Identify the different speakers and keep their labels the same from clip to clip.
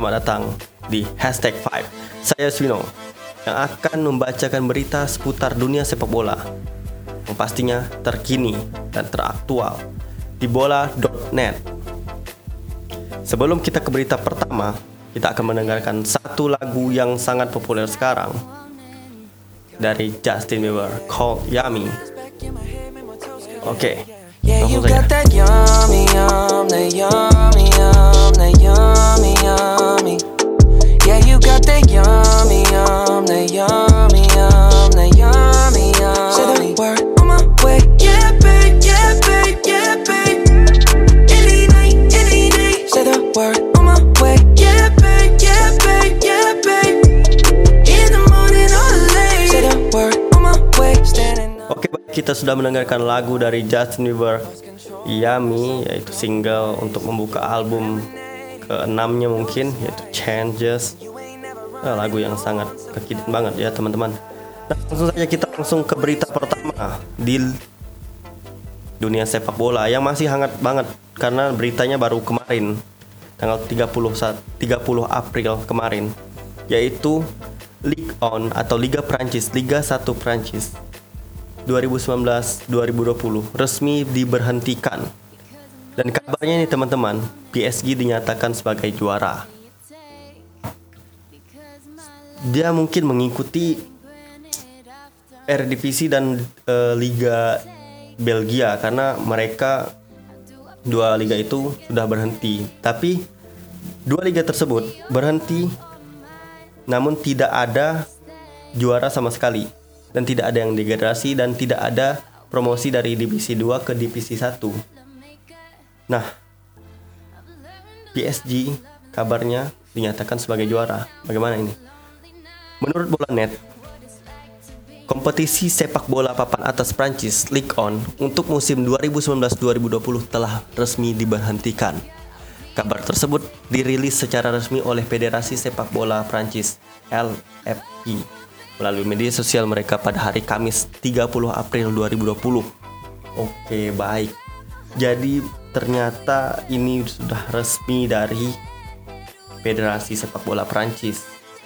Speaker 1: Selamat datang di #5. Saya Swino yang akan membacakan berita seputar dunia sepak bola yang pastinya terkini dan teraktual di bola.net. Sebelum kita ke berita pertama, kita akan mendengarkan satu lagu yang sangat populer sekarang dari Justin Bieber, called Yummy. Oke,
Speaker 2: Yeah, you
Speaker 1: langsung
Speaker 2: got
Speaker 1: saja.
Speaker 2: that yummy, that yummy, that yummy, yummy. Yeah, you got that yummy, that yummy, that yummy, yummy. Say the word on my way. Yeah, babe, yeah, babe, yeah, babe. Any night, any day. Say the word on my way. Yeah, babe, yeah, babe, yeah, babe. In the morning or late. Say the word on my way. Standing up.
Speaker 1: Oke, baik, kita sudah mendengarkan lagu dari Justin Bieber, Yummy, yaitu single untuk membuka album ke-6-nya mungkin, yaitu Changes. Lagu yang sangat kekinian banget ya teman-teman. Nah, langsung saja kita langsung ke berita pertama di dunia sepak bola yang masih hangat banget karena beritanya baru kemarin, tanggal 30 April kemarin, yaitu Ligue 1 atau Liga Prancis, Liga 1 Prancis 2019-2020 resmi diberhentikan. Dan kabarnya nih teman-teman, PSG dinyatakan sebagai juara. Dia mungkin mengikuti Eredivisie dan Liga Belgia karena mereka dua liga itu sudah berhenti. Tapi dua liga tersebut berhenti, namun tidak ada juara sama sekali. Dan tidak ada yang degradasi dan tidak ada promosi dari divisi 2 ke divisi 1. Nah, PSG kabarnya dinyatakan sebagai juara. Bagaimana ini? Menurut Bola.net, kompetisi sepak bola papan atas Prancis Ligue 1 untuk musim 2019-2020 telah resmi diberhentikan. Kabar tersebut dirilis secara resmi oleh Federasi Sepak Bola Prancis LFP melalui media sosial mereka pada hari Kamis 30 April 2020. Oke, baik. Jadi ternyata ini sudah resmi dari Federasi Sepak Bola Prancis.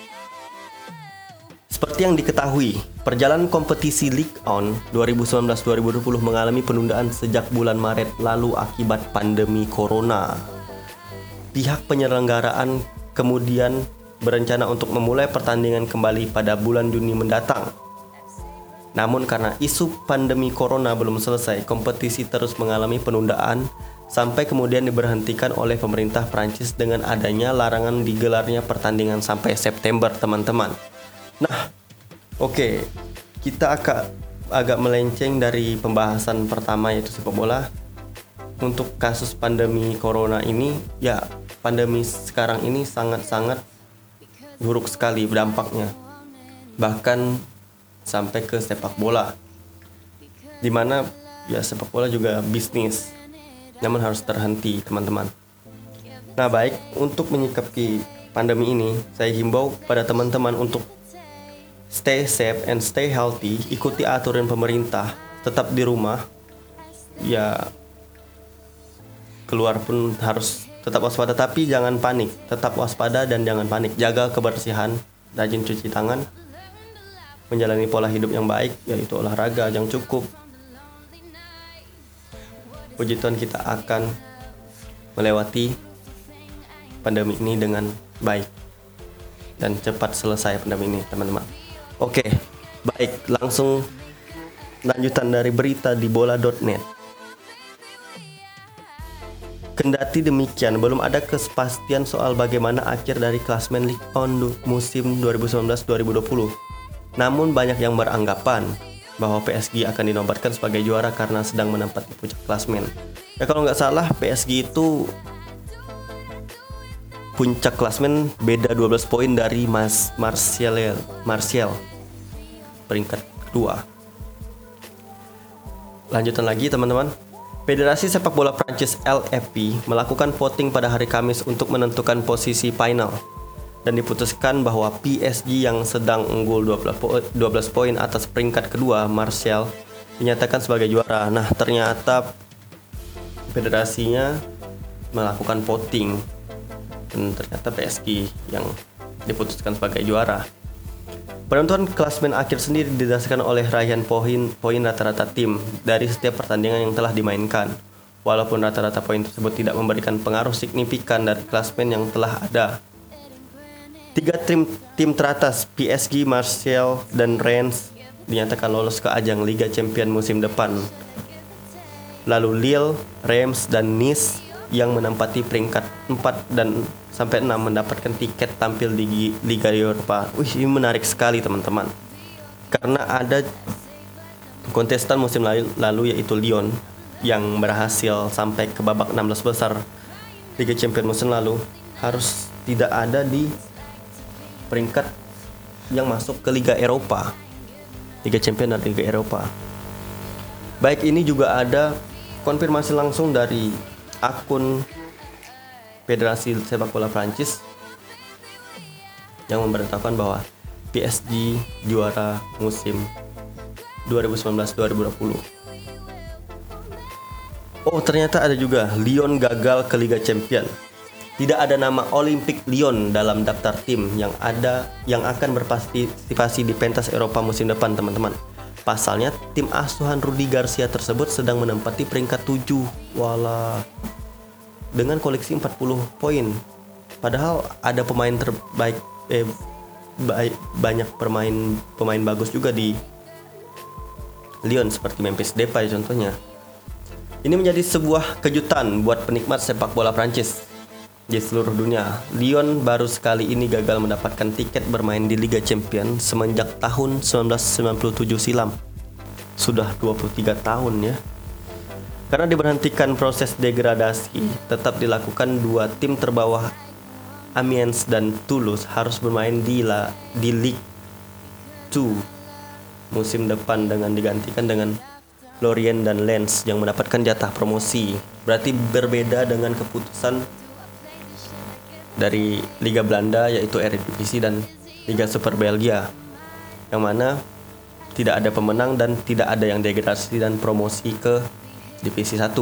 Speaker 1: Seperti yang diketahui, perjalanan kompetisi Ligue 1 2019-2020 mengalami penundaan sejak bulan Maret lalu akibat pandemi Corona. Pihak penyelenggaraan kemudian berencana untuk memulai pertandingan kembali pada bulan Juni mendatang. Namun karena isu pandemi Corona belum selesai, kompetisi terus mengalami penundaan sampai kemudian diberhentikan oleh pemerintah Prancis dengan adanya larangan digelarnya pertandingan sampai September, teman-teman. Nah, oke, kita agak melenceng dari pembahasan pertama yaitu sepak bola. Untuk kasus pandemi Corona ini, ya pandemi sekarang ini sangat-sangat buruk sekali dampaknya, bahkan sampai ke sepak bola, dimana ya sepak bola juga bisnis, namun harus terhenti teman-teman. Nah baik, untuk menyikapi pandemi ini, saya himbau pada teman-teman untuk stay safe and stay healthy, ikuti aturan pemerintah, tetap di rumah, ya keluar pun harus tetap waspada, tapi jangan panik. Tetap waspada dan jangan panik. Jaga kebersihan, rajin cuci tangan, menjalani pola hidup yang baik, yaitu olahraga yang cukup. Puji Tuhan, kita akan melewati pandemi ini dengan baik dan cepat selesai pandemi ini, teman-teman. Oke, baik, langsung lanjutan dari berita di bola.net. Kendati demikian, belum ada kepastian soal bagaimana akhir dari klasemen Ligue 1 musim 2019-2020. Namun banyak yang beranggapan bahwa PSG akan dinobatkan sebagai juara karena sedang menempati puncak klasemen. Ya kalau nggak salah PSG itu puncak klasemen beda 12 poin dari Martial peringkat kedua. Lanjutan lagi teman-teman. Federasi Sepak Bola Prancis LFP melakukan voting pada hari Kamis untuk menentukan posisi final dan diputuskan bahwa PSG yang sedang unggul 12 poin atas peringkat kedua Martial dinyatakan sebagai juara. Nah, ternyata federasinya melakukan voting dan ternyata PSG yang diputuskan sebagai juara. Penentuan klasmen akhir sendiri didasarkan oleh raihan poin rata-rata tim dari setiap pertandingan yang telah dimainkan. Walaupun rata-rata poin tersebut tidak memberikan pengaruh signifikan dari klasmen yang telah ada. 3 tim teratas PSG, Marseille, dan Rennes dinyatakan lolos ke ajang Liga Champions musim depan. Lalu Lille, Reims, dan Nice yang menempati peringkat 4 dan sampai 6 mendapatkan tiket tampil di Liga Eropa. Ini menarik sekali teman-teman. Karena ada kontestan musim lalu yaitu Lyon yang berhasil sampai ke babak 16 besar Liga Champions musim lalu harus tidak ada di peringkat yang masuk ke Liga Eropa. Liga Champions dan Liga Eropa. Baik, ini juga ada konfirmasi langsung dari akun Federasi Sepak Bola Prancis yang memberitakan bahwa PSG juara musim 2019-2020. Oh, ternyata ada juga Lyon gagal ke Liga Champions. Tidak ada nama Olympique Lyon dalam daftar tim yang akan berpartisipasi di pentas Eropa musim depan, teman-teman. Pasalnya, tim asuhan Rudi Garcia tersebut sedang menempati peringkat 7. Walah. Dengan koleksi 40 poin. Padahal ada pemain terbaik banyak pemain bagus juga di Lyon seperti Memphis Depay contohnya. Ini menjadi sebuah kejutan buat penikmat sepak bola Prancis di seluruh dunia. Lyon baru sekali ini gagal mendapatkan tiket bermain di Liga Champions semenjak tahun 1997 silam. Sudah 23 tahun ya. Karena diberhentikan proses degradasi, tetap dilakukan 2 tim terbawah Amiens dan Toulouse harus bermain di Ligue 2 musim depan dengan digantikan dengan Lorient dan Lens yang mendapatkan jatah promosi. Berarti berbeda dengan keputusan dari Liga Belanda yaitu Eredivisie dan Liga Super Belgia, yang mana tidak ada pemenang dan tidak ada yang degradasi dan promosi ke Divisi 1.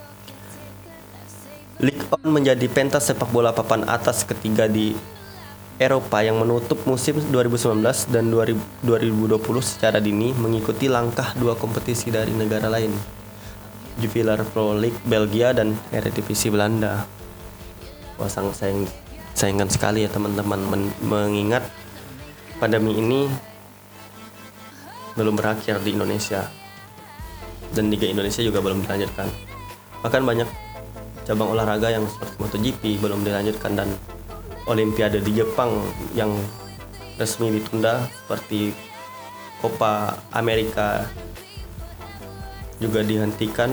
Speaker 1: Ligue 1 menjadi pentas sepak bola papan atas ketiga di Eropa yang menutup musim 2019 dan 2020 secara dini, mengikuti langkah 2 kompetisi dari negara lain, Jupiler Pro League Belgia dan Eredivisie Belanda. Wah, sangat sayangkan sekali ya teman-teman, mengingat pandemi ini belum berakhir di Indonesia dan Liga Indonesia juga belum dilanjutkan. Bahkan banyak cabang olahraga yang seperti MotoGP belum dilanjutkan dan Olimpiade di Jepang yang resmi ditunda seperti Copa America juga dihentikan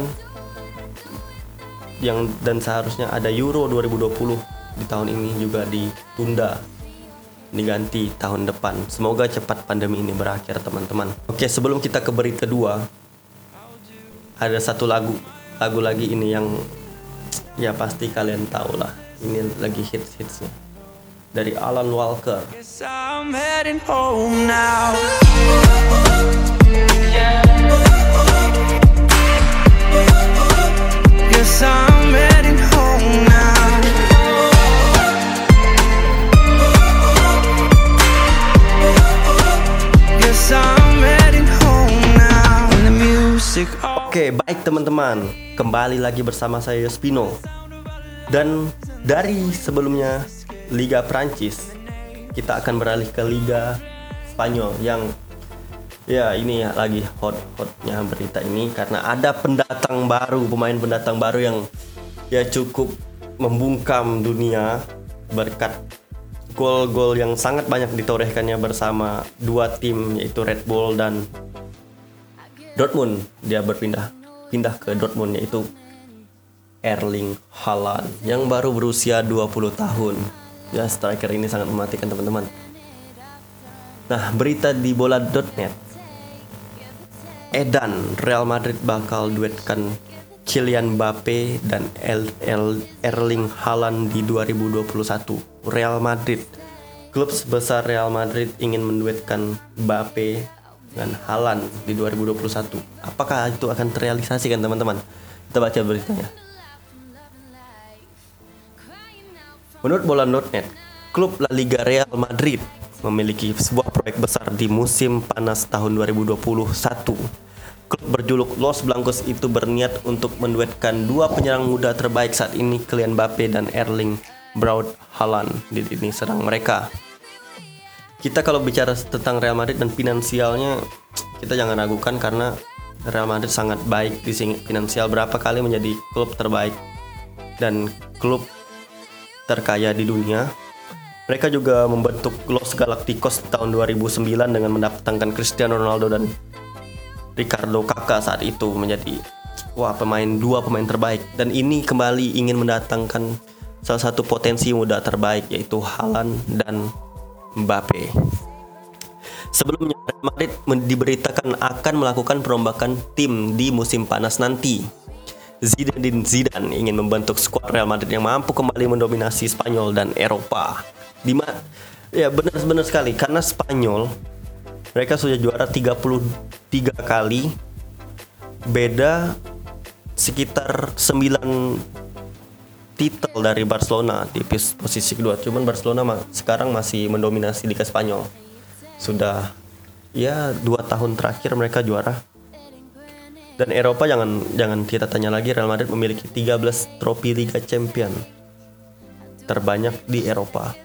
Speaker 1: dan seharusnya ada Euro 2020 di tahun ini juga ditunda, diganti tahun depan. Semoga cepat pandemi ini berakhir teman-teman. Oke, sebelum kita ke berita kedua, ada satu lagu lagi ini yang ya pasti kalian tahu lah. Ini lagi hits-hitsnya dari Alan Walker.
Speaker 2: Guess I'm heading home now. Guess I'm heading home now. Guess I'm heading home now. And the music.
Speaker 1: Oke, baik teman-teman, kembali lagi bersama saya Yospino. Dan dari sebelumnya Liga Prancis, kita akan beralih ke Liga Spanyol yang ya ini ya lagi hot-hotnya berita ini karena ada pemain pendatang baru yang ya cukup membungkam dunia berkat gol-gol yang sangat banyak ditorehkannya bersama 2 tim yaitu Red Bull dan Dortmund. Dia pindah ke Dortmund yaitu Erling Haaland yang baru berusia 20 tahun. Ya, striker ini sangat mematikan teman-teman. Nah, berita di bola.net. Edan, Real Madrid bakal duetkan Kylian Mbappe dan Erling Haaland di 2021. Real Madrid, klub sebesar Real Madrid ingin menduetkan Mbappe dengan Haaland di 2021. Apakah itu akan terrealisasi kan teman-teman? Kita baca beritanya. Menurut Bola.net, klub La Liga Real Madrid memiliki sebuah proyek besar di musim panas tahun 2021. Klub berjuluk Los Blancos itu berniat untuk menduetkan dua penyerang muda terbaik saat ini, Kylian Mbappe dan Erling Braut Haaland di lini serang mereka. Kita kalau bicara tentang Real Madrid dan finansialnya, kita jangan ragukan karena Real Madrid sangat baik di finansial, berapa kali menjadi klub terbaik dan klub terkaya di dunia. Mereka juga membentuk Los Galacticos tahun 2009 dengan mendatangkan Cristiano Ronaldo dan Ricardo Kakak saat itu menjadi dua pemain terbaik, dan ini kembali ingin mendatangkan salah satu potensi muda terbaik yaitu Haaland dan Mbappe. Sebelumnya Real Madrid diberitakan akan melakukan perombakan tim di musim panas nanti. Zinedine Zidane ingin membentuk skuad Real Madrid yang mampu kembali mendominasi Spanyol dan Eropa. Benar sekali, karena Spanyol mereka sudah juara 33 kali, beda sekitar 9 titel dari Barcelona di posisi kedua. Cuman Barcelona sekarang masih mendominasi Liga Spanyol. Sudah 2 tahun terakhir mereka juara. Dan Eropa jangan kita tanya lagi, Real Madrid memiliki 13 trofi Liga Champion, terbanyak di Eropa.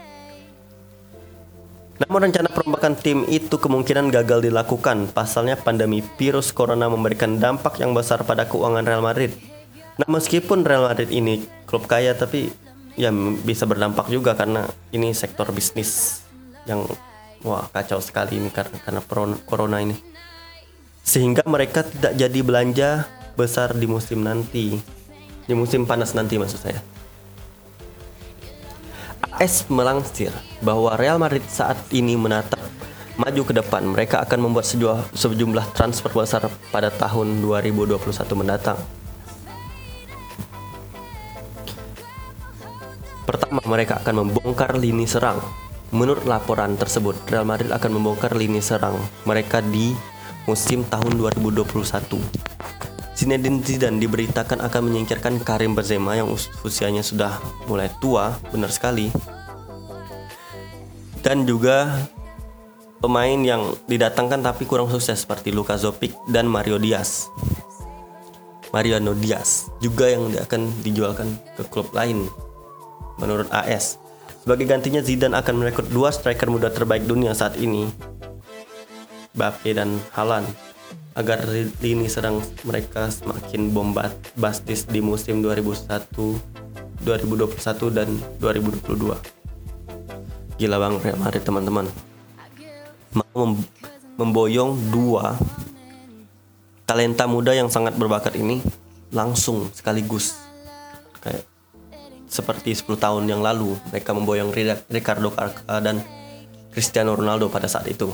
Speaker 1: Namun rencana perombakan tim itu kemungkinan gagal dilakukan. Pasalnya pandemi virus corona memberikan dampak yang besar pada keuangan Real Madrid. Nah, meskipun Real Madrid ini klub kaya, tapi bisa berdampak juga karena ini sektor bisnis yang kacau sekali ini karena corona ini. Sehingga mereka tidak jadi belanja besar di musim nanti. Di musim panas nanti maksud saya. AS melansir bahwa Real Madrid saat ini menatap maju ke depan. Mereka akan membuat sejumlah transfer besar pada tahun 2021 mendatang. Pertama, mereka akan membongkar lini serang. Menurut laporan tersebut, Real Madrid akan membongkar lini serang mereka di musim tahun 2021. Zinedine Zidane diberitakan akan menyingkirkan Karim Benzema yang usianya sudah mulai tua, benar sekali. Dan juga pemain yang didatangkan tapi kurang sukses seperti Luka Jovic dan Mariano Diaz juga yang akan dijualkan ke klub lain. Menurut AS, sebagai gantinya Zidane akan merekrut dua striker muda terbaik dunia saat ini, Mbappe dan Haaland, agar lini serang mereka semakin bombastis di musim 2021 dan 2022. Gila bang Real Madrid teman-teman, mau memboyong dua talenta muda yang sangat berbakat ini langsung sekaligus, kayak seperti 10 tahun yang lalu mereka memboyong Ricardo Kakak dan Cristiano Ronaldo pada saat itu.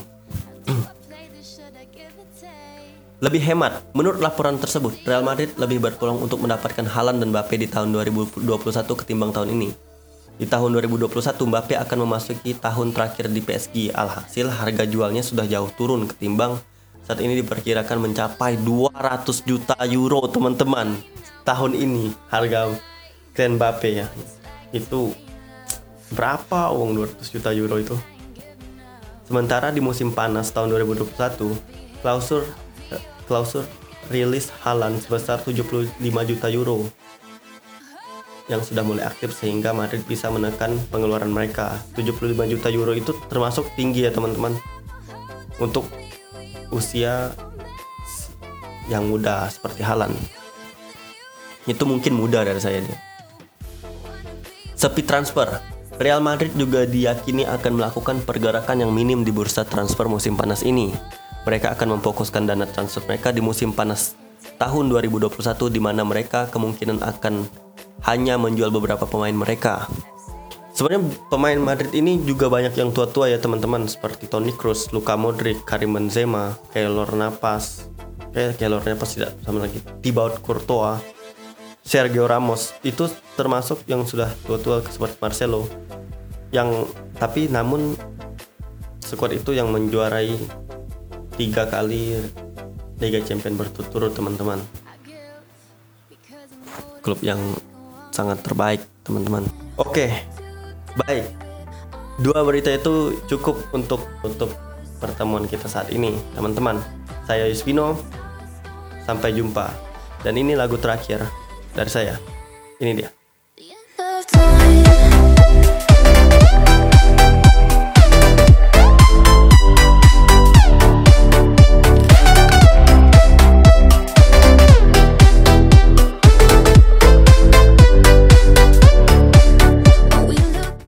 Speaker 1: Lebih hemat, menurut laporan tersebut, Real Madrid lebih berpeluang untuk mendapatkan Haaland dan Mbappe di tahun 2021 ketimbang tahun ini. Di tahun 2021, Mbappe akan memasuki tahun terakhir di PSG. Alhasil, harga jualnya sudah jauh turun ketimbang saat ini diperkirakan mencapai 200 juta euro, teman-teman. Tahun ini harga Kylian Mbappe itu berapa uang 200 juta euro itu. Sementara di musim panas tahun 2021, klausur rilis Haaland sebesar 75 juta euro yang sudah mulai aktif sehingga Madrid bisa menekan pengeluaran mereka. 75 juta euro itu termasuk tinggi ya teman-teman untuk usia yang muda seperti Haaland. Itu mungkin muda dari saya dia. Sepi transfer, Real Madrid juga diyakini akan melakukan pergerakan yang minim di bursa transfer musim panas ini. Mereka akan memfokuskan dana transfer mereka di musim panas tahun 2021, di mana mereka kemungkinan akan hanya menjual beberapa pemain mereka. Sebenarnya pemain Madrid ini juga banyak yang tua-tua ya teman-teman, seperti Toni Kroos, Luka Modric, Karim Benzema, Keylor Navas tidak sama lagi, Thibaut Courtois, Sergio Ramos, itu termasuk yang sudah tua-tua seperti Marcelo. Namun skuad itu yang menjuarai 3 kali Liga Champions berturut-turut teman-teman. Klub yang sangat terbaik teman-teman. Oke, Baik, 2 berita itu cukup untuk tutup pertemuan kita saat ini, teman-teman. Saya Yuspino, sampai jumpa. Dan ini lagu terakhir dari saya. Ini dia.
Speaker 2: The end of time.